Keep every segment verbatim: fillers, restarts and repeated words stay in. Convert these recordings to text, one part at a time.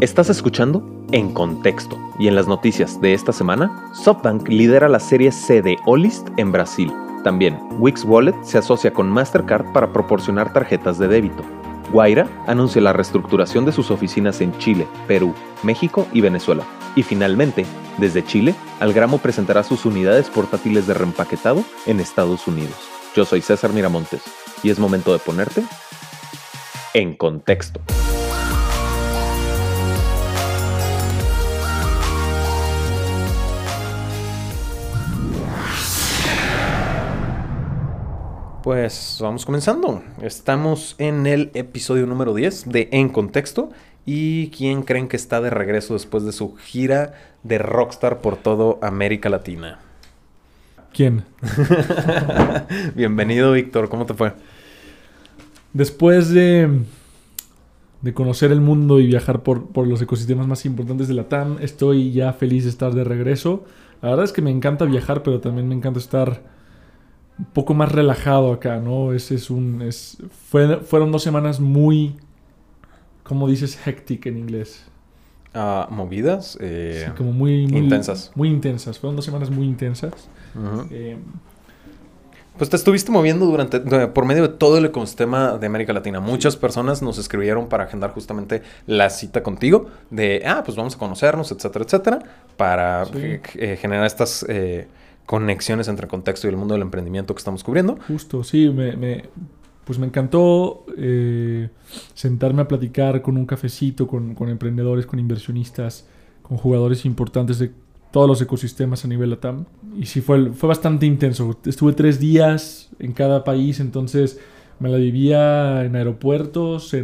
Estás escuchando En Contexto, y en las noticias de esta semana, SoftBank lidera la serie C de Olist en Brasil. También, Wix Wallet se asocia con Mastercard para proporcionar tarjetas de débito. Guaira anuncia la reestructuración de sus oficinas en Chile, Perú, México y Venezuela. Y finalmente, desde Chile, Algramo presentará sus unidades portátiles de reempaquetado en Estados Unidos. Yo soy César Miramontes, y es momento de ponerte en contexto. Pues vamos comenzando. Estamos en el episodio número diez de En Contexto. ¿Y quién creen que está de regreso después de su gira de rockstar por toda América Latina? ¿Quién? Bienvenido, Víctor. ¿Cómo te fue? Después de, de conocer el mundo y viajar por, por los ecosistemas más importantes de Latam, estoy ya feliz de estar de regreso. La verdad es que me encanta viajar, pero también me encanta estar un poco más relajado acá, ¿no? Ese es un, es, fue, fueron dos semanas muy, ¿cómo dices hectic en inglés? Uh, movidas. Eh, sí, como muy, muy intensas. Muy intensas. Fueron dos semanas muy intensas. Uh-huh. Eh, Pues te estuviste moviendo durante por medio de todo el ecosistema de América Latina. Muchas personas nos escribieron para agendar justamente la cita contigo. De, ah, pues vamos a conocernos, etcétera, etcétera. Para sí. eh, generar estas eh, conexiones entre el contexto y el mundo del emprendimiento que estamos cubriendo. Justo, sí. Me, me, pues me encantó eh, sentarme a platicar con un cafecito, con, con emprendedores, con inversionistas, con jugadores importantes de todos los ecosistemas a nivel LATAM. Y sí, fue, fue bastante intenso. Estuve tres días en cada país, entonces me la vivía en aeropuertos,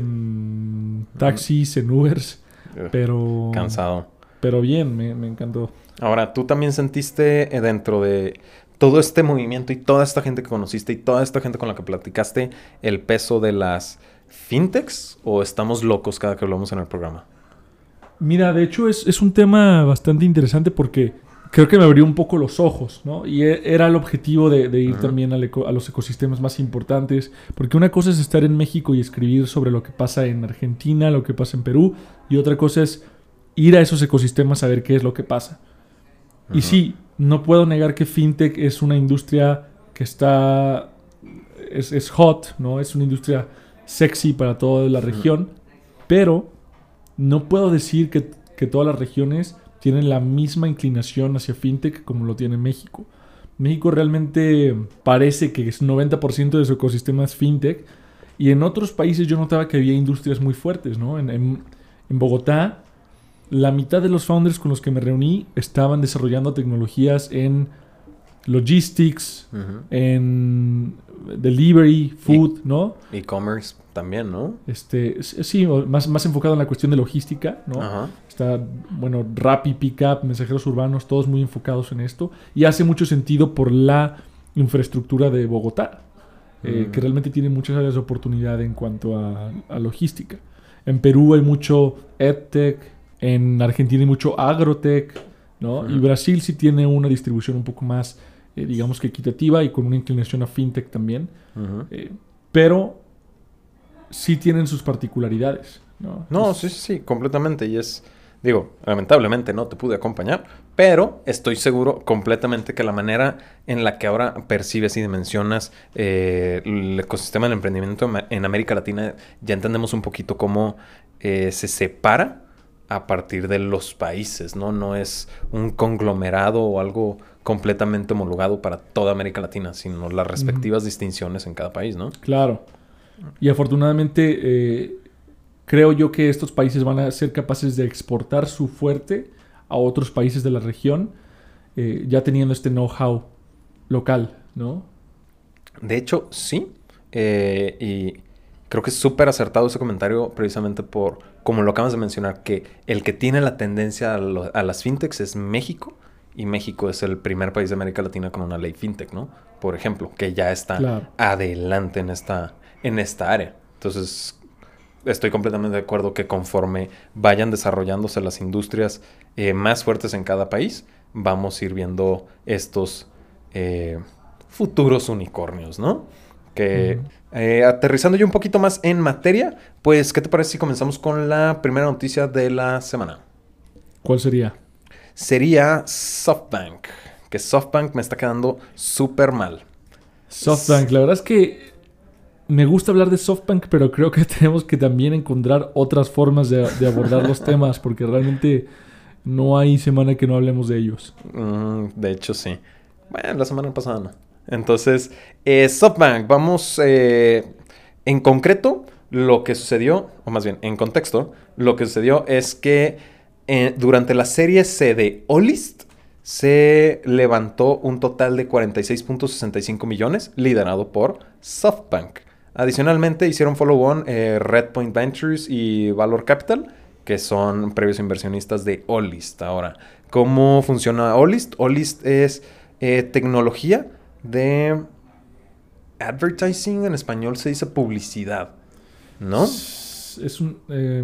en taxis, en Ubers. Pero... Cansado. Pero bien, me, me encantó. Ahora, ¿tú también sentiste eh, dentro de todo este movimiento y toda esta gente que conociste y toda esta gente con la que platicaste el peso de las fintechs? ¿O estamos locos cada que hablamos en el programa? Mira, de hecho es, es un tema bastante interesante porque creo que me abrió un poco los ojos, ¿no? Y era el objetivo de, de ir uh-huh. también al eco, a los ecosistemas más importantes. Porque una cosa es estar en México y escribir sobre lo que pasa en Argentina, lo que pasa en Perú. Y otra cosa es ir a esos ecosistemas a ver qué es lo que pasa. Uh-huh. Y sí, no puedo negar que fintech es una industria que está... Es, es hot, ¿no? Es una industria sexy para toda la región. Uh-huh. Pero... no puedo decir que, que todas las regiones tienen la misma inclinación hacia fintech como lo tiene México. México realmente parece que es noventa por ciento de su ecosistema es fintech. Y en otros países yo notaba que había industrias muy fuertes, ¿no? En, en, en Bogotá, la mitad de los founders con los que me reuní estaban desarrollando tecnologías en logistics, uh-huh. en delivery, food, e- ¿no? E-commerce también, ¿no? Este, sí, más, más enfocado en la cuestión de logística, ¿no? Uh-huh. Está, bueno, Rappi, Pickup, mensajeros urbanos, todos muy enfocados en esto. Y hace mucho sentido por la infraestructura de Bogotá, uh-huh. eh, que realmente tiene muchas áreas de oportunidad en cuanto a, a logística. En Perú hay mucho EdTech, en Argentina hay mucho Agrotech, ¿no? Uh-huh. Y Brasil sí tiene una distribución un poco más, eh, digamos que equitativa y con una inclinación a fintech también. Uh-huh. Eh, pero sí tienen sus particularidades, ¿no? No, sí, sí, sí, completamente. Y es, digo, lamentablemente no te pude acompañar, pero estoy seguro completamente que la manera en la que ahora percibes y dimensionas eh, el ecosistema del emprendimiento en América Latina, ya entendemos un poquito cómo eh, se separa a partir de los países, ¿no? No es un conglomerado o algo completamente homologado para toda América Latina, sino las respectivas uh-huh. distinciones en cada país, ¿no? Claro. Y afortunadamente eh, creo yo que estos países van a ser capaces de exportar su fuerte a otros países de la región, eh, ya teniendo este know-how local, ¿no? De hecho, sí. Eh, y creo que es súper acertado ese comentario precisamente por, como lo acabas de mencionar, que el que tiene la tendencia a, lo, a las fintechs es México. Y México es el primer país de América Latina con una ley fintech, ¿no? Por ejemplo, que ya está claro. adelante en esta... en esta área. Entonces, estoy completamente de acuerdo que conforme vayan desarrollándose las industrias eh, más fuertes en cada país, vamos a ir viendo estos eh, futuros unicornios, ¿no? Que uh-huh. eh, aterrizando yo un poquito más en materia, pues, ¿qué te parece si comenzamos con la primera noticia de la semana? ¿Cuál sería? Sería SoftBank. Que SoftBank me está quedando súper mal. SoftBank, la verdad es que me gusta hablar de SoftBank, pero creo que tenemos que también encontrar otras formas de, de abordar los temas, porque realmente no hay semana que no hablemos de ellos. Mm, de hecho, sí. Bueno, la semana pasada no. Entonces, eh, SoftBank, vamos eh, en concreto, lo que sucedió, o más bien, en contexto, lo que sucedió es que eh, durante la serie C de Olist se levantó un total de cuarenta y seis punto sesenta y cinco millones, liderado por SoftBank. Adicionalmente, hicieron follow-on eh, Redpoint Ventures y Valor Capital, que son previos inversionistas de Olist. Ahora, ¿cómo funciona Olist? Olist es eh, tecnología de advertising, en español se dice publicidad, ¿no? Es, es un... Eh,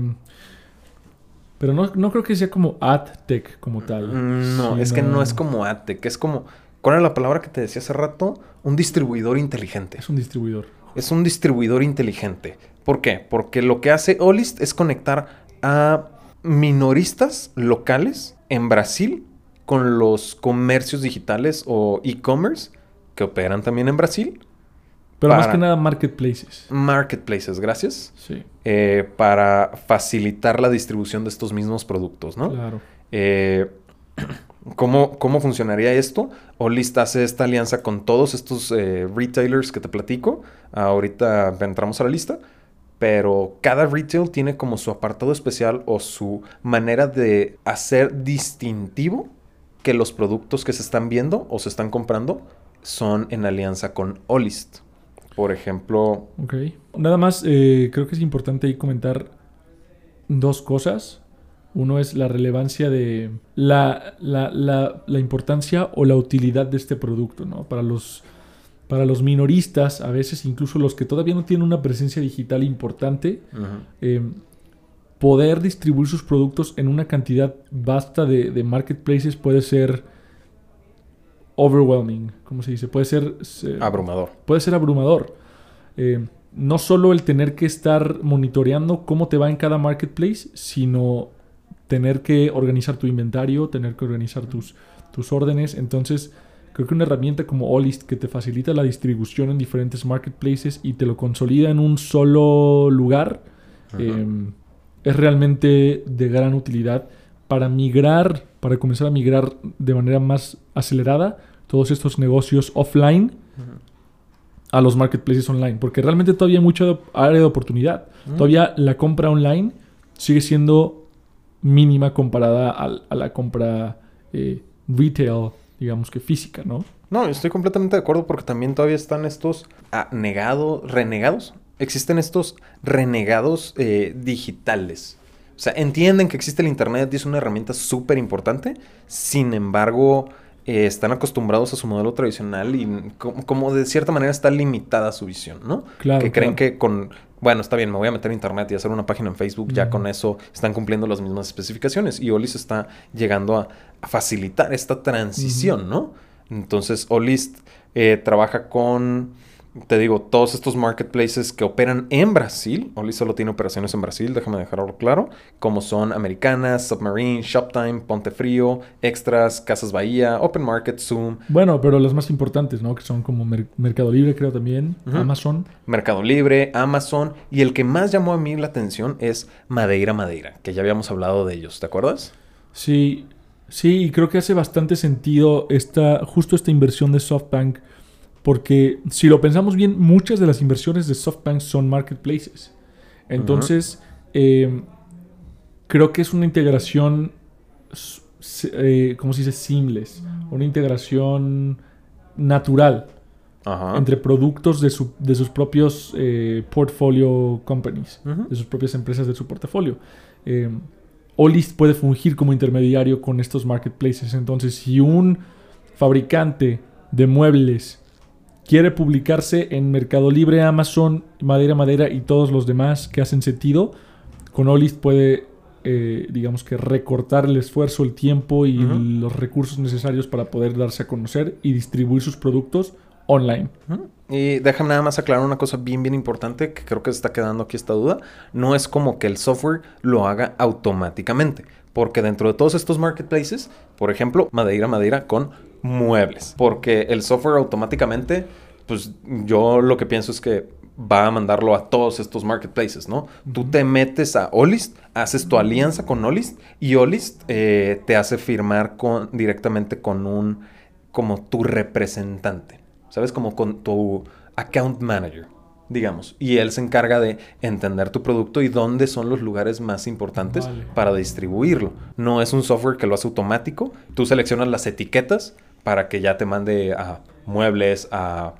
pero no, no creo que sea como ad tech como tal. No, sí, es no. que no es como ad tech, es como... ¿Cuál era la palabra que te decía hace rato? Un distribuidor inteligente. Es un distribuidor. Es un distribuidor inteligente. ¿Por qué? Porque lo que hace Olist es conectar a minoristas locales en Brasil con los comercios digitales o e-commerce que operan también en Brasil. Pero más que nada marketplaces. Marketplaces, gracias. Sí. Eh, para facilitar la distribución de estos mismos productos, ¿no? Claro. Eh, ¿cómo, ¿Cómo funcionaría esto? Olist hace esta alianza con todos estos eh, retailers que te platico. Ahorita entramos a la lista. Pero cada retail tiene como su apartado especial o su manera de hacer distintivo que los productos que se están viendo o se están comprando son en alianza con Olist. Por ejemplo... Ok. Nada más, eh, creo que es importante ahí comentar dos cosas. Uno es la relevancia de... La, la, la, la importancia o la utilidad de este producto, ¿no? Para los, para los minoristas, a veces incluso los que todavía no tienen una presencia digital importante, uh-huh. eh, poder distribuir sus productos en una cantidad vasta de, de marketplaces puede ser... overwhelming, ¿cómo se dice? Puede ser... Eh, abrumador. Puede ser abrumador. Eh, no solo el tener que estar monitoreando cómo te va en cada marketplace, sino tener que organizar tu inventario, tener que organizar tus, tus órdenes. Entonces, creo que una herramienta como Olist que te facilita la distribución en diferentes marketplaces y te lo consolida en un solo lugar, uh-huh. eh, es realmente de gran utilidad para migrar, para comenzar a migrar de manera más acelerada todos estos negocios offline uh-huh. a los marketplaces online. Porque realmente todavía hay mucha área de oportunidad. Uh-huh. Todavía la compra online sigue siendo mínima comparada a, a la compra eh, retail, digamos que física, ¿no? No, estoy completamente de acuerdo porque también todavía están estos ah, negados, renegados. Existen estos renegados eh, digitales. O sea, entienden que existe el internet y es una herramienta súper importante. Sin embargo, eh, están acostumbrados a su modelo tradicional y como, como de cierta manera está limitada su visión, ¿no? Claro, que creen claro. que con... Bueno, está bien, me voy a meter a internet y hacer una página en Facebook. Uh-huh. Ya con eso están cumpliendo las mismas especificaciones. Y Olist está llegando a, a facilitar esta transición, uh-huh. ¿no? Entonces, Olist eh, trabaja con... Te digo, todos estos marketplaces que operan en Brasil. Olist solo tiene operaciones en Brasil, déjame dejarlo claro. Como son Americanas, Submarine, Shoptime, Ponte Frío, Extras, Casas Bahía, Open Market, Zoom. Bueno, pero las más importantes, ¿no? Que son como Mer- Mercado Libre, creo también. Uh-huh. Amazon. Mercado Libre, Amazon. Y el que más llamó a mí la atención es Madeira Madeira, que ya habíamos hablado de ellos, ¿te acuerdas? Sí, sí, y creo que hace bastante sentido esta, justo esta inversión de SoftBank. Porque si lo pensamos bien, muchas de las inversiones de SoftBank son marketplaces. Entonces, uh-huh. eh, creo que es una integración, eh, ¿cómo se dice? Seamless. Una integración natural uh-huh. entre productos de, su, de sus propios eh, portfolio companies, uh-huh. de sus propias empresas de su portafolio. Eh, Olist puede fungir como intermediario con estos marketplaces. Entonces, si un fabricante de muebles quiere publicarse en Mercado Libre, Amazon, Madeira Madeira y todos los demás que hacen sentido, con Olist puede, eh, digamos que recortar el esfuerzo, el tiempo y uh-huh. los recursos necesarios para poder darse a conocer y distribuir sus productos online. Uh-huh. Y déjame nada más aclarar una cosa bien, bien importante que creo que se está quedando aquí esta duda. No es como que el software lo haga automáticamente. Porque dentro de todos estos marketplaces, por ejemplo, Madeira Madeira con muebles. Porque el software automáticamente, pues yo lo que pienso es que va a mandarlo a todos estos marketplaces, ¿no? Uh-huh. Tú te metes a Ollist, haces tu alianza con Ollist y Ollist eh, te hace firmar con, directamente con un, como tu representante, ¿sabes? Como con tu account manager, digamos. Y él se encarga de entender tu producto y dónde son los lugares más importantes vale. Para distribuirlo. No es un software que lo hace automático. Tú seleccionas las etiquetas para que ya te mande a muebles, a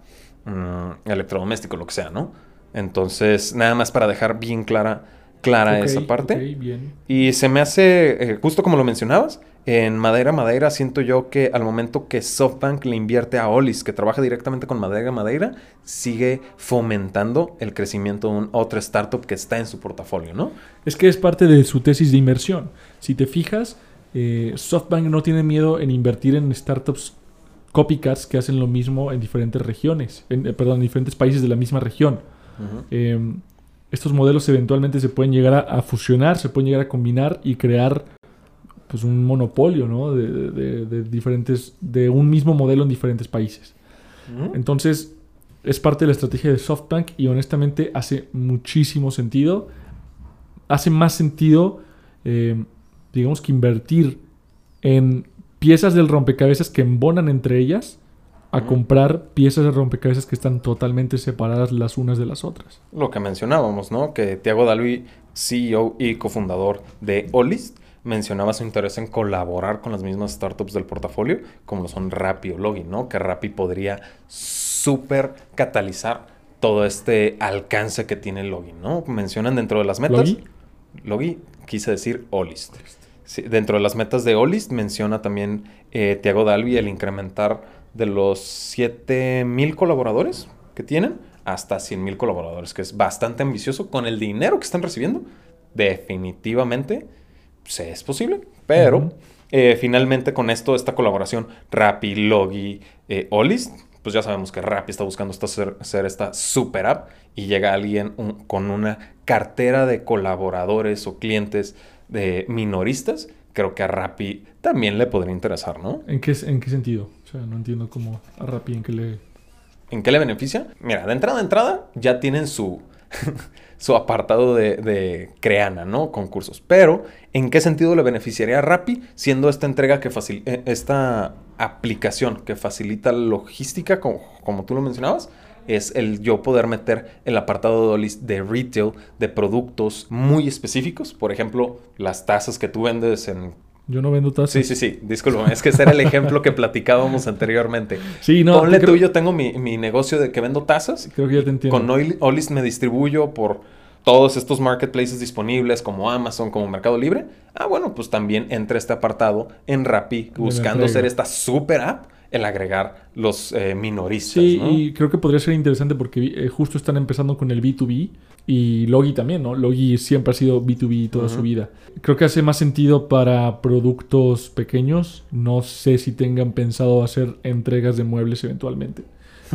mm, electrodoméstico, lo que sea, ¿no? Entonces, nada más para dejar bien clara, clara okay, esa parte. Okay, bien. Y se me hace, eh, justo como lo mencionabas, en Madeira Madeira siento yo que al momento que SoftBank le invierte a Ollist, que trabaja directamente con Madeira Madeira, sigue fomentando el crecimiento de un, otra startup que está en su portafolio, ¿no? Es que es parte de su tesis de inversión. Si te fijas, eh, SoftBank no tiene miedo en invertir en startups copycats que hacen lo mismo en diferentes regiones, en, eh, perdón, en diferentes países de la misma región. Uh-huh. Eh, estos modelos eventualmente se pueden llegar a, a fusionar, se pueden llegar a combinar y crear pues un monopolio, ¿no? de, de, de diferentes, de un mismo modelo en diferentes países. Uh-huh. Entonces, es parte de la estrategia de SoftBank y honestamente hace muchísimo sentido. Hace más sentido, eh, digamos que invertir en piezas del rompecabezas que embonan entre ellas a uh-huh. comprar piezas de rompecabezas que están totalmente separadas las unas de las otras. Lo que mencionábamos, ¿no? Que Thiago Dalby, C E O y cofundador de Ollist, mencionaba su interés en colaborar con las mismas startups del portafolio, como lo son Rappi o Logi, ¿no? Que Rappi podría súper catalizar todo este alcance que tiene Logi, ¿no? Mencionan dentro de las metas... ¿Logi? Logi, quise decir Ollist. Sí, dentro de las metas de Ollist menciona también eh, Thiago Dalby el incrementar de los siete mil colaboradores que tienen hasta cien mil colaboradores, que es bastante ambicioso con el dinero que están recibiendo. Definitivamente pues, es posible, pero uh-huh. eh, finalmente con esto, esta colaboración Rappi, Logi, eh, Ollist, pues ya sabemos que Rappi está buscando esta, ser, ser esta super app y llega alguien un, con una cartera de colaboradores o clientes de minoristas. Creo que a Rappi también le podría interesar, ¿no? ¿En qué, en qué sentido? O sea, no entiendo cómo a Rappi en qué le... ¿En qué le beneficia? Mira, de entrada a entrada ya tienen su, su apartado de, de Creana, ¿no? Concursos. Pero, ¿en qué sentido le beneficiaría a Rappi siendo esta entrega que facil- esta aplicación que facilita la logística, como, como tú lo mencionabas? Es el yo poder meter el apartado de Ollist de retail, de productos muy específicos. Por ejemplo, las tazas que tú vendes en... Yo no vendo tazas. Sí, sí, sí. Discúlpame. Es que ese era el ejemplo que platicábamos anteriormente. Sí, no. Ponle creo... tú, yo tengo mi, mi negocio de que vendo tazas. Creo que ya te entiendo. Con Ollist me distribuyo por todos estos marketplaces disponibles como Amazon, como Mercado Libre. Ah, bueno, pues también entra este apartado en Rappi buscando ser esta super app. El agregar los eh, minoristas, sí, ¿no? Y creo que podría ser interesante porque eh, justo están empezando con el B dos B y Logi también, ¿no? Logi siempre ha sido B dos B toda uh-huh. su vida. Creo que hace más sentido para productos pequeños. No sé si tengan pensado hacer entregas de muebles eventualmente.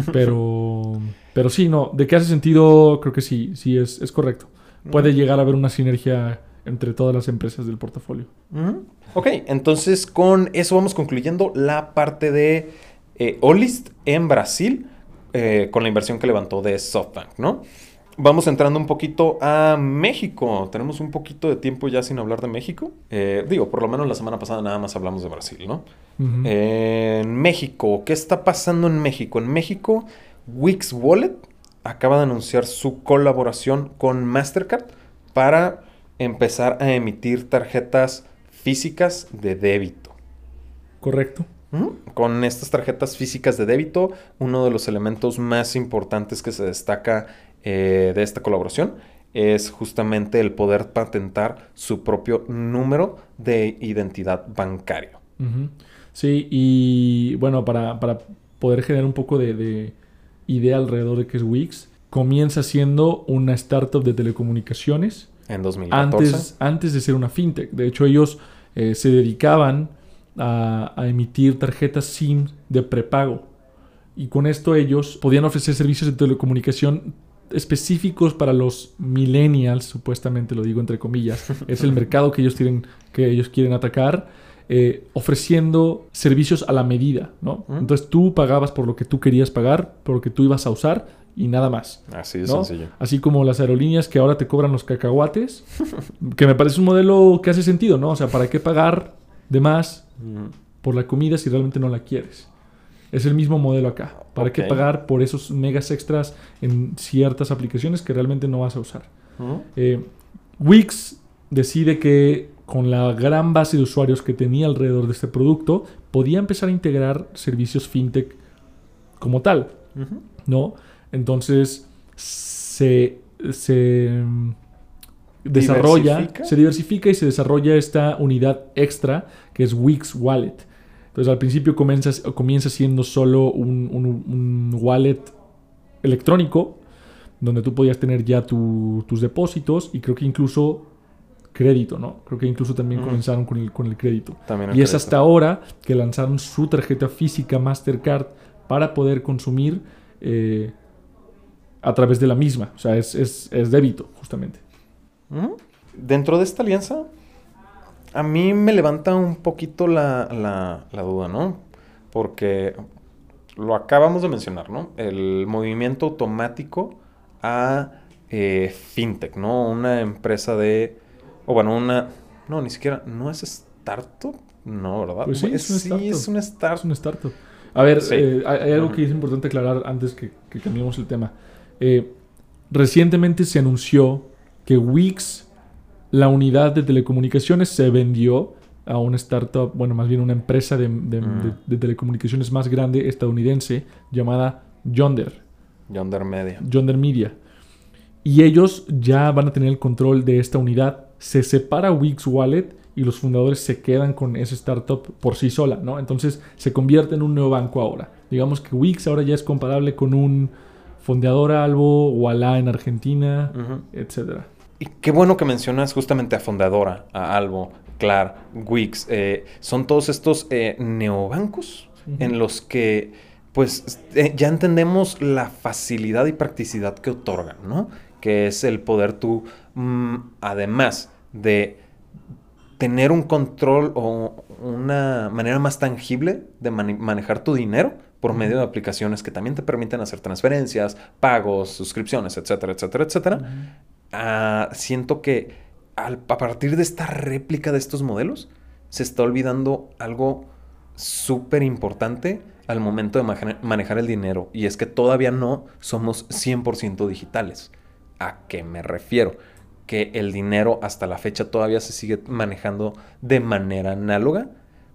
Pero, pero sí, no. De que hace sentido, creo que sí, sí es, es correcto. Puede uh-huh. llegar a haber una sinergia entre todas las empresas del portafolio. Uh-huh. Ok, entonces con eso vamos concluyendo la parte de eh, Ollist en Brasil eh, con la inversión que levantó de SoftBank, ¿no? Vamos entrando un poquito a México. Tenemos un poquito de tiempo ya sin hablar de México. Eh, digo, por lo menos la semana pasada nada más hablamos de Brasil, ¿no? Uh-huh. Eh, en México, ¿qué está pasando en México? En México, Wix Wallet acaba de anunciar su colaboración con Mastercard para empezar a emitir tarjetas físicas de débito. Correcto. ¿Mm? Con estas tarjetas físicas de débito, uno de los elementos más importantes que se destaca eh, de esta colaboración es justamente el poder patentar su propio número de identidad bancario. Uh-huh. Sí, y bueno, para, para poder generar un poco de, de idea alrededor de qué es Wix, comienza siendo una startup de telecomunicaciones. En dos mil catorce. Antes, antes de ser una fintech. De hecho, ellos eh, se dedicaban a, a emitir tarjetas SIM de prepago. y con esto ellos podían ofrecer servicios de telecomunicación específicos para los millennials, supuestamente lo digo entre comillas. Es el mercado que ellos tienen, que ellos quieren atacar, eh, ofreciendo servicios a la medida, ¿no? Uh-huh. Entonces tú pagabas por lo que tú querías pagar, por lo que tú ibas a usar y nada más. Así de ¿no? sencillo. Así como las aerolíneas que ahora te cobran los cacahuates, que me parece un modelo que hace sentido, ¿no? O sea, ¿para qué pagar de más uh-huh. por la comida si realmente no la quieres? Es el mismo modelo acá. ¿Para okay. qué pagar por esos megas extras en ciertas aplicaciones que realmente no vas a usar? Uh-huh. Eh, Wix decide que con la gran base de usuarios que tenía alrededor de este producto, podía empezar a integrar servicios fintech como tal, uh-huh. ¿no? Entonces, se, se desarrolla, ¿Diversifica? se diversifica y se desarrolla esta unidad extra que es Wix Wallet. Entonces, al principio comienza, comienza siendo solo un, un, un wallet electrónico, donde tú podías tener ya tu, tus depósitos y creo que incluso crédito, ¿no? Creo que incluso también mm. comenzaron con el, con el crédito. También el y crédito. Es hasta ahora que lanzaron su tarjeta física Mastercard para poder consumir eh, a través de la misma. O sea, es, es, es débito, justamente. Mm. Dentro de esta alianza, a mí me levanta un poquito la, la, la duda, ¿no? Porque lo acabamos de mencionar, ¿no? El movimiento automático a eh, fintech, ¿no? Una empresa de... O bueno, una... No, ni siquiera... ¿No es startup? No, ¿verdad? Pues sí, es, es, una sí es una startup. Es una startup. A ver, sí. eh, hay, hay algo uh-huh. que es importante aclarar antes que, que cambiemos el tema. Eh, recientemente se anunció que Wix, la unidad de telecomunicaciones, se vendió a una startup, bueno, más bien una empresa de, de, uh-huh. de, de telecomunicaciones más grande estadounidense llamada Yonder. Yonder Media. Yonder Media. Y ellos ya van a tener el control de esta unidad. Se separa Wix Wallet y los fundadores se quedan con esa startup por sí sola, ¿no? Entonces se convierte en un neobanco ahora. Digamos que Wix ahora ya es comparable con un Fondeador Albo, Ualá en Argentina, uh-huh. etcétera. Y qué bueno que mencionas justamente a Fondeadora, a Albo, Clar, Wix. Eh, son todos estos eh, neobancos uh-huh. en los que pues eh, ya entendemos la facilidad y practicidad que otorgan, ¿no? Que es el poder tú, mmm, además de tener un control o una manera más tangible de mane- manejar tu dinero por medio de aplicaciones que también te permiten hacer transferencias, pagos, suscripciones, etcétera, etcétera, etcétera. Uh-huh. Uh, siento que al, a partir de esta réplica de estos modelos se está olvidando algo súper importante al momento de ma- manejar el dinero, y es que todavía no somos cien por ciento digitales. ¿A qué me refiero? Que el dinero hasta la fecha todavía se sigue manejando de manera análoga.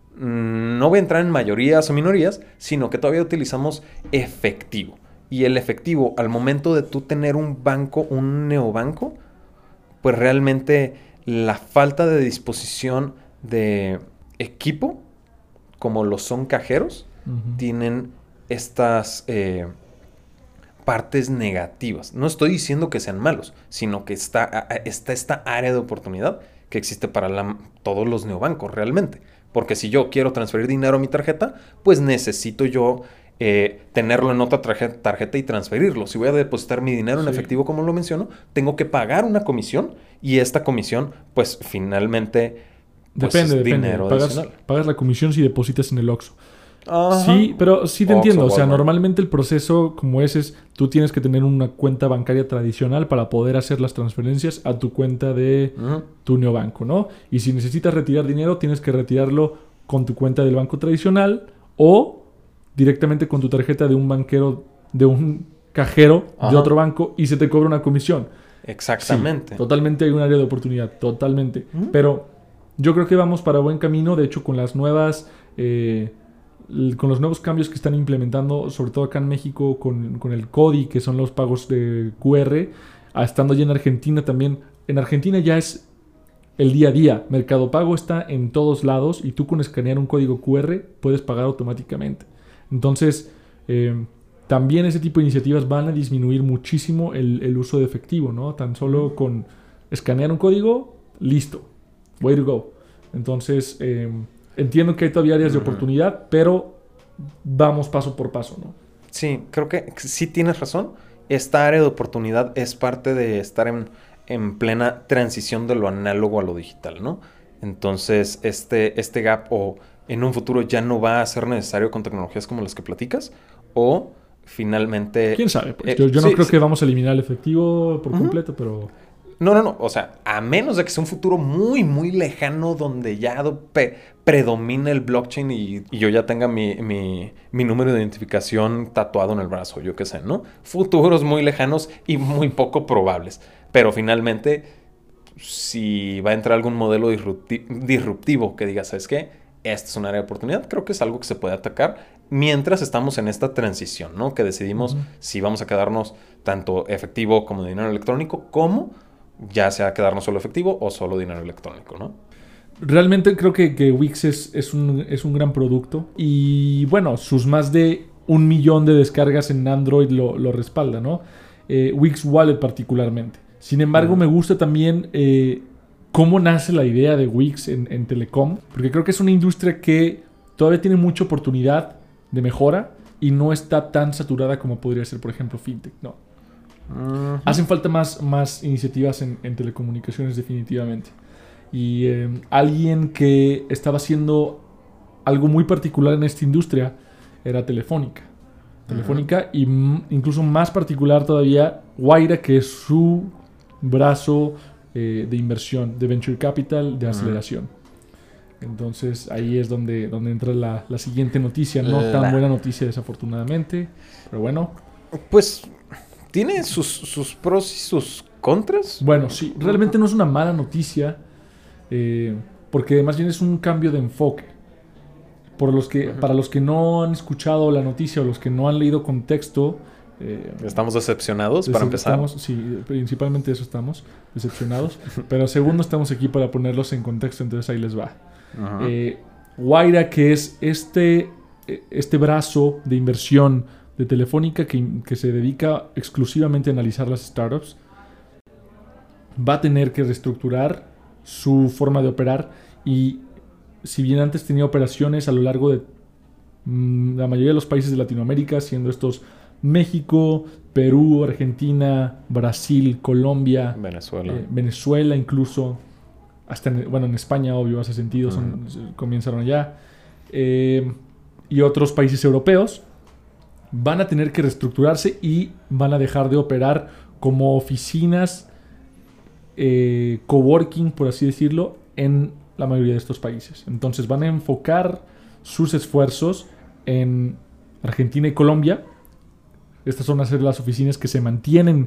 No voy a entrar en mayorías o minorías, sino que todavía utilizamos efectivo. Y el efectivo, al momento de tú tener un banco, un neobanco, pues realmente la falta de disposición de equipo, como lo son cajeros, uh-huh. tienen estas... Eh, partes negativas. No estoy diciendo que sean malos, sino que está, está esta área de oportunidad que existe para la, todos los neobancos realmente. Porque si yo quiero transferir dinero a mi tarjeta, pues necesito yo eh, tenerlo en otra tarjeta, tarjeta y transferirlo. Si voy a depositar mi dinero en sí. efectivo, como lo menciono, tengo que pagar una comisión, y esta comisión, pues finalmente, pues, depende, es depende. dinero Pagas, adicional. Pagas la comisión si depositas en el Oxxo. Ajá. Sí, pero sí te Oxxo, entiendo. O sea, Walmart. Normalmente el proceso como ese es, tú tienes que tener una cuenta bancaria tradicional para poder hacer las transferencias a tu cuenta de uh-huh. tu neobanco, ¿no? Y si necesitas retirar dinero, tienes que retirarlo con tu cuenta del banco tradicional o directamente con tu tarjeta de un banquero, de un cajero Ajá. de otro banco, y se te cobra una comisión. Exactamente. Sí, totalmente hay un área de oportunidad, totalmente. Uh-huh. Pero yo creo que vamos para buen camino. De hecho, con las nuevas... Eh, con los nuevos cambios que están implementando, sobre todo acá en México, con, con el C O D I, que son los pagos de Q R, estando ya en Argentina también. En Argentina ya es el día a día. Mercado Pago está en todos lados y tú con escanear un código Q R puedes pagar automáticamente. Entonces, eh, también ese tipo de iniciativas van a disminuir muchísimo el, el uso de efectivo, ¿no? Tan solo con escanear un código, listo. Way to go. Entonces... Eh, entiendo que hay todavía áreas de oportunidad, pero vamos paso por paso, ¿no? Sí, creo que sí tienes razón. Esta área de oportunidad es parte de estar en, en plena transición de lo análogo a lo digital, ¿no? Entonces, este, este gap o en un futuro ya no va a ser necesario con tecnologías como las que platicas, o finalmente... ¿Quién sabe? Pues Eh, yo yo no sí, creo sí. que vamos a eliminar el efectivo por Ujú. completo, pero... No, no, no. O sea, a menos de que sea un futuro muy, muy lejano donde ya do- pe- predomine el blockchain y, y yo ya tenga mi, mi, mi número de identificación tatuado en el brazo, yo qué sé, ¿no? Futuros muy lejanos y muy poco probables. Pero finalmente, si va a entrar algún modelo disrupti- disruptivo que diga, ¿sabes qué? Esta es un área de oportunidad, creo que es algo que se puede atacar mientras estamos en esta transición, ¿no? Que decidimos Ujú. si vamos a quedarnos tanto efectivo como dinero electrónico, como ya sea quedarnos solo efectivo o solo dinero electrónico, ¿no? Realmente creo que, que Wix es, es, un, es un gran producto. Y bueno, sus más de un millón de descargas en Android lo, lo respalda, ¿no? Eh, Wix Wallet particularmente. Sin embargo, Ujú. me gusta también eh, cómo nace la idea de Wix en, en Telecom. Porque creo que es una industria que todavía tiene mucha oportunidad de mejora y no está tan saturada como podría ser, por ejemplo, FinTech, ¿no? Ujú. Hacen falta más, más iniciativas en, en telecomunicaciones definitivamente. Y eh, alguien que estaba haciendo algo muy particular en esta industria era Telefónica. Telefónica y m- incluso más particular todavía Guaira, que es su brazo eh, de inversión, de venture capital, de Ujú. aceleración. Entonces ahí es donde, donde entra la, la siguiente noticia. No tan La- buena noticia desafortunadamente, pero bueno. Pues tiene sus, sus pros y sus contras. Bueno, sí, realmente no es una mala noticia, eh, porque más bien es un cambio de enfoque. Por los que, Ujú. para los que no han escuchado la noticia o los que no han leído contexto, eh, Estamos decepcionados para decep- empezar. estamos, sí, principalmente eso estamos, decepcionados. Pero segundo, estamos aquí para ponerlos en contexto, entonces ahí les va. Ujú. Eh, Guaira, que es este, eh, este brazo de inversión de Telefónica que, que se dedica exclusivamente a analizar las startups, va a tener que reestructurar su forma de operar. Y si bien antes tenía operaciones a lo largo de mm, la mayoría de los países de Latinoamérica, siendo estos México, Perú, Argentina, Brasil, Colombia, Venezuela. eh, Venezuela incluso, hasta en, bueno, en España, obvio, hace sentido, son, comenzaron allá, eh, y otros países europeos, van a tener que reestructurarse y van a dejar de operar como oficinas eh, coworking, por así decirlo, en la mayoría de estos países. Entonces van a enfocar sus esfuerzos en Argentina y Colombia. Estas van a ser las oficinas que se mantienen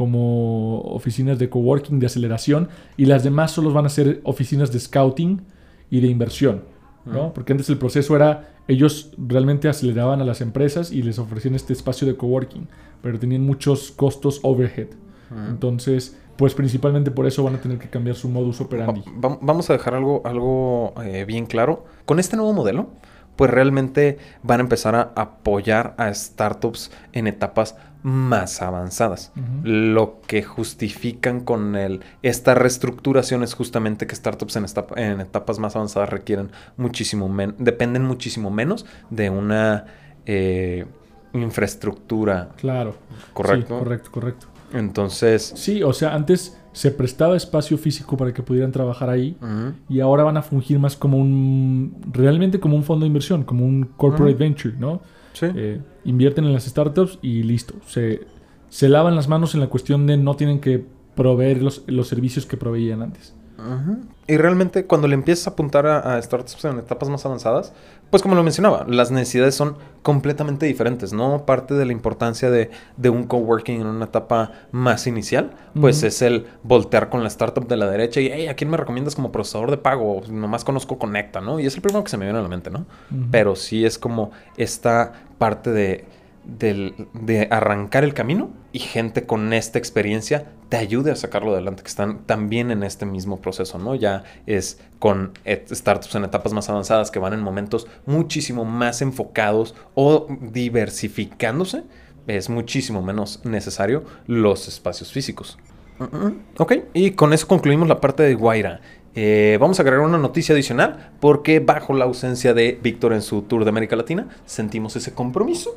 como oficinas de coworking, de aceleración, y las demás solo van a ser oficinas de scouting y de inversión, ¿no? Mm. Porque antes el proceso era, ellos realmente aceleraban a las empresas y les ofrecían este espacio de coworking, pero tenían muchos costos overhead. Mm. Entonces, pues principalmente por eso van a tener que cambiar su modus operandi. Va- va- vamos a dejar algo, algo eh, bien claro. Con este nuevo modelo, pues realmente van a empezar a apoyar a startups en etapas más avanzadas. Ujú. Lo que justifican con el, esta reestructuración es justamente que startups en, esta- en etapas más avanzadas requieren muchísimo menos, dependen muchísimo menos de una eh, infraestructura, Claro. ¿correcto? Sí, correcto, correcto. Entonces, Sí, o sea, antes se prestaba espacio físico para que pudieran trabajar ahí ujú, y ahora van a fungir más como un, realmente como un fondo de inversión, como un corporate Ujú. venture, ¿no? sí. Eh, invierten en las startups y listo. Se, se lavan las manos en la cuestión de no tienen que proveer los, los servicios que proveían antes. Ujú. Y realmente cuando le empiezas a apuntar a, a startups en etapas más avanzadas, pues como lo mencionaba, las necesidades son completamente diferentes, ¿no? Parte de la importancia de, de un coworking en una etapa más inicial, pues Ujú. es el voltear con la startup de la derecha y, hey, ¿a quién me recomiendas como procesador de pago? Nomás conozco Conecta, ¿no? Y es el primero que se me viene a la mente, ¿no? Ujú. Pero sí es como esta parte de, del- de arrancar el camino y gente con esta experiencia te ayude a sacarlo adelante, que están también en este mismo proceso, ¿no? Ya es con et- startups en etapas más avanzadas que van en momentos muchísimo más enfocados o diversificándose, es muchísimo menos necesario los espacios físicos. Uh-uh. Ok, y con eso concluimos la parte de Guaira. Eh, vamos a agregar una noticia adicional porque bajo la ausencia de Víctor en su tour de América Latina, sentimos ese compromiso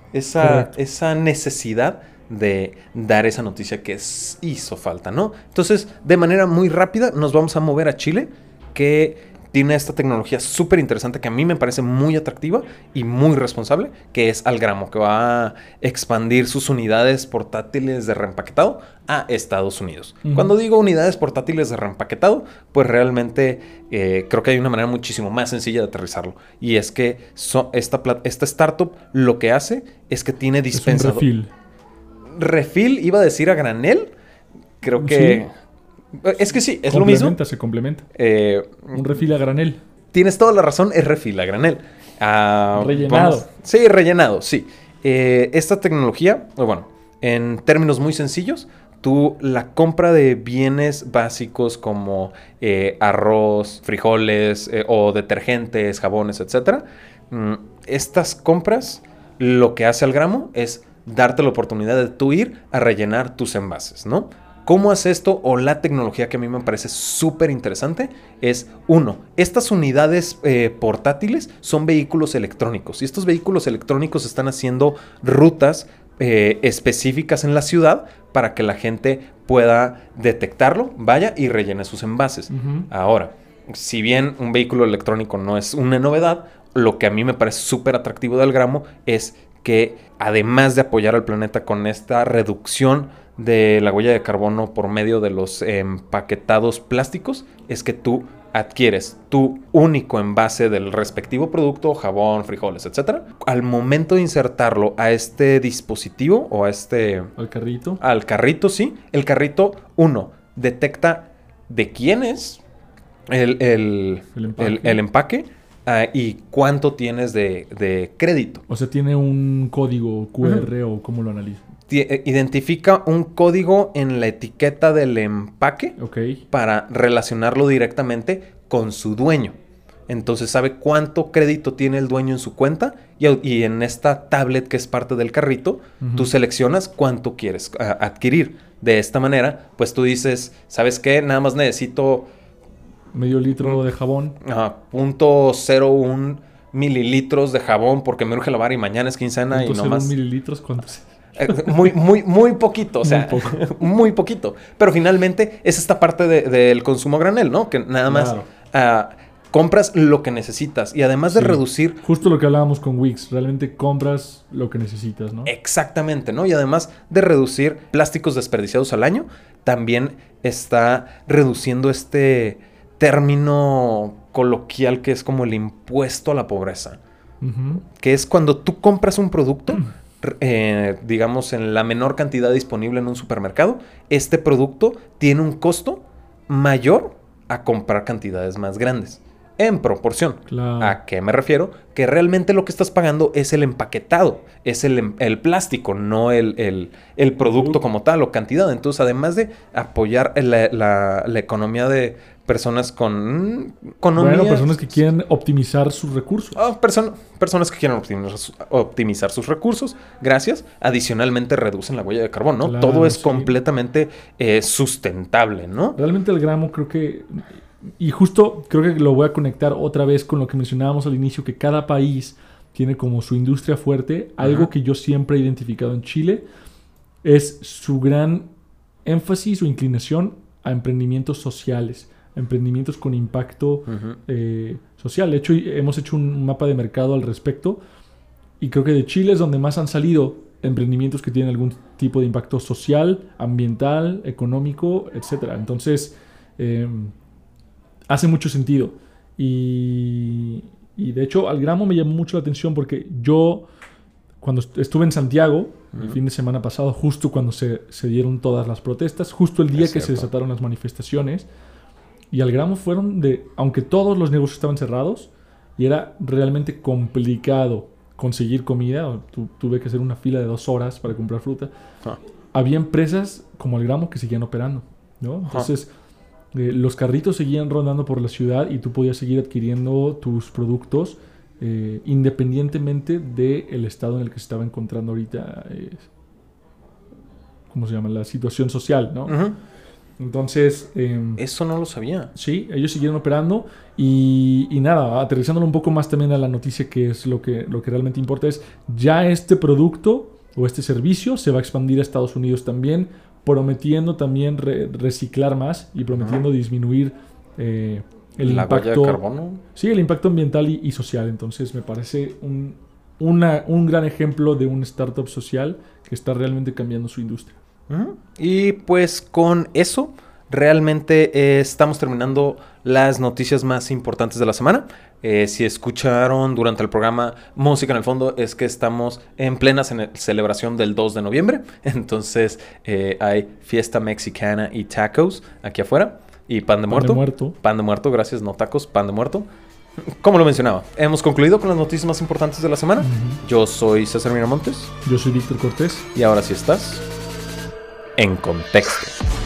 esa, esa necesidad de dar esa noticia que es, hizo falta, ¿no? Entonces, de manera muy rápida, nos vamos a mover a Chile, que tiene esta tecnología súper interesante que a mí me parece muy atractiva y muy responsable, que es Algramo, que va a expandir sus unidades portátiles de reempaquetado a Estados Unidos. Uh-huh. Cuando digo unidades portátiles de reempaquetado, pues realmente eh, creo que hay una manera muchísimo más sencilla de aterrizarlo. Y es que so, esta, esta startup lo que hace es que tiene dispensador. Es un refill. Refill, iba a decir a granel. Creo que... Sí. Es que sí, es lo mismo. Se complementa. Eh, un refill a granel. Tienes toda la razón, es refill a granel. Uh, rellenado. Vamos, sí, rellenado, sí. Eh, esta tecnología, bueno, en términos muy sencillos, tú la compra de bienes básicos como eh, arroz, frijoles eh, o detergentes, jabones, etcétera. Mm, estas compras, lo que hace Algramo es darte la oportunidad de tú ir a rellenar tus envases, ¿no? ¿Cómo hace esto? O la tecnología que a mí me parece súper interesante es, uno, estas unidades eh, portátiles son vehículos electrónicos y estos vehículos electrónicos están haciendo rutas eh, específicas en la ciudad para que la gente pueda detectarlo, vaya y rellene sus envases. Uh-huh. Ahora, si bien un vehículo electrónico no es una novedad, lo que a mí me parece súper atractivo de Algramo es que además de apoyar al planeta con esta reducción de la huella de carbono por medio de los empaquetados plásticos, es que tú adquieres tu único envase del respectivo producto, jabón, frijoles, etcétera. Al momento de insertarlo a este dispositivo o a este... Al carrito. Al carrito, sí. El carrito, uno, detecta de quién es el, el, el empaque, el, el empaque uh, y cuánto tienes de, de crédito. O sea, tiene un código Q R uh-huh. o cómo lo analiza. Identifica un código en la etiqueta del empaque okay. para relacionarlo directamente con su dueño. Entonces sabe cuánto crédito tiene el dueño en su cuenta y, y en esta tablet que es parte del carrito, uh-huh. tú seleccionas cuánto quieres uh, adquirir. De esta manera, pues tú dices, ¿sabes qué? Nada más necesito... Medio litro de jabón. Uh, punto cero uno mililitros de jabón porque me urge lavar y mañana es quincena y nomás... mililitros? ¿Cuántos? Muy, muy, muy poquito, o sea, muy, poco. muy poquito. Pero finalmente es esta parte de, del consumo a granel, ¿no? Que nada más claro. uh, compras lo que necesitas y además de sí, reducir... Justo lo que hablábamos con Wix, realmente compras lo que necesitas, ¿no? Exactamente, ¿no? Y además de reducir plásticos desperdiciados al año, también está reduciendo este término coloquial que es como el impuesto a la pobreza. Uh-huh. Que es cuando tú compras un producto... Uh-huh. Eh, digamos en la menor cantidad disponible en un supermercado, este producto tiene un costo mayor a comprar cantidades más grandes en proporción. Claro. ¿A qué me refiero? Que realmente lo que estás pagando es el empaquetado, es el, el plástico, no el, el, el producto como tal o cantidad. Entonces, además de apoyar la, la, la economía de personas con economía... Bueno, personas que quieren optimizar sus recursos. Oh, person- personas que quieren optimizar, su- optimizar sus recursos, gracias. Adicionalmente reducen la huella de carbono, ¿no? Claro, todo es sí. completamente eh, sustentable, ¿no? Realmente el gramo creo que... Y justo creo que lo voy a conectar otra vez con lo que mencionábamos al inicio, que cada país tiene como su industria fuerte. Ajá. Algo que yo siempre he identificado en Chile es su gran énfasis o inclinación a emprendimientos sociales. Emprendimientos con impacto uh-huh. eh, social. De hecho, hemos hecho un mapa de mercado al respecto y creo que de Chile es donde más han salido emprendimientos que tienen algún tipo de impacto social, ambiental, económico, etcétera. Entonces, eh, hace mucho sentido. Y, y de hecho, Algramo me llamó mucho la atención porque yo, cuando estuve en Santiago, uh-huh. el fin de semana pasado, justo cuando se, se dieron todas las protestas, justo el día es que cierto. se desataron las manifestaciones, y Algramo fueron de... Aunque todos los negocios estaban cerrados y era realmente complicado conseguir comida, tu, tuve que hacer una fila de dos horas para comprar fruta, ah. había empresas como Algramo que seguían operando, ¿no? Entonces, ah. eh, los carritos seguían rondando por la ciudad y tú podías seguir adquiriendo tus productos eh, independientemente del estado en el que se estaba encontrando ahorita, eh, ¿cómo se llama? La situación social, ¿no? Uh-huh. Entonces... Eh, Eso no lo sabía. Sí, ellos siguieron operando y, y nada, aterrizándolo un poco más también a la noticia, que es lo que, lo que realmente importa, es ya este producto o este servicio se va a expandir a Estados Unidos también, prometiendo también re- reciclar más y prometiendo uh-huh. disminuir eh, el ¿La impacto... huella de carbono? Sí, el impacto ambiental y, y social. Entonces me parece un, una, un gran ejemplo de un startup social que está realmente cambiando su industria. Uh-huh. Y pues con eso... Realmente eh, estamos terminando las noticias más importantes de la semana. Eh, si escucharon durante el programa música en el fondo, es que estamos en plena ce- celebración del dos de noviembre. Entonces eh, hay fiesta mexicana y tacos aquí afuera. Y pan de Pan muerto. de muerto. Pan de muerto, gracias, no tacos, pan de muerto. Como lo mencionaba, hemos concluido con las noticias más importantes de la semana. Uh-huh. Yo soy César Miramontes. Yo soy Víctor Cortés. Y ahora sí estás en contexto.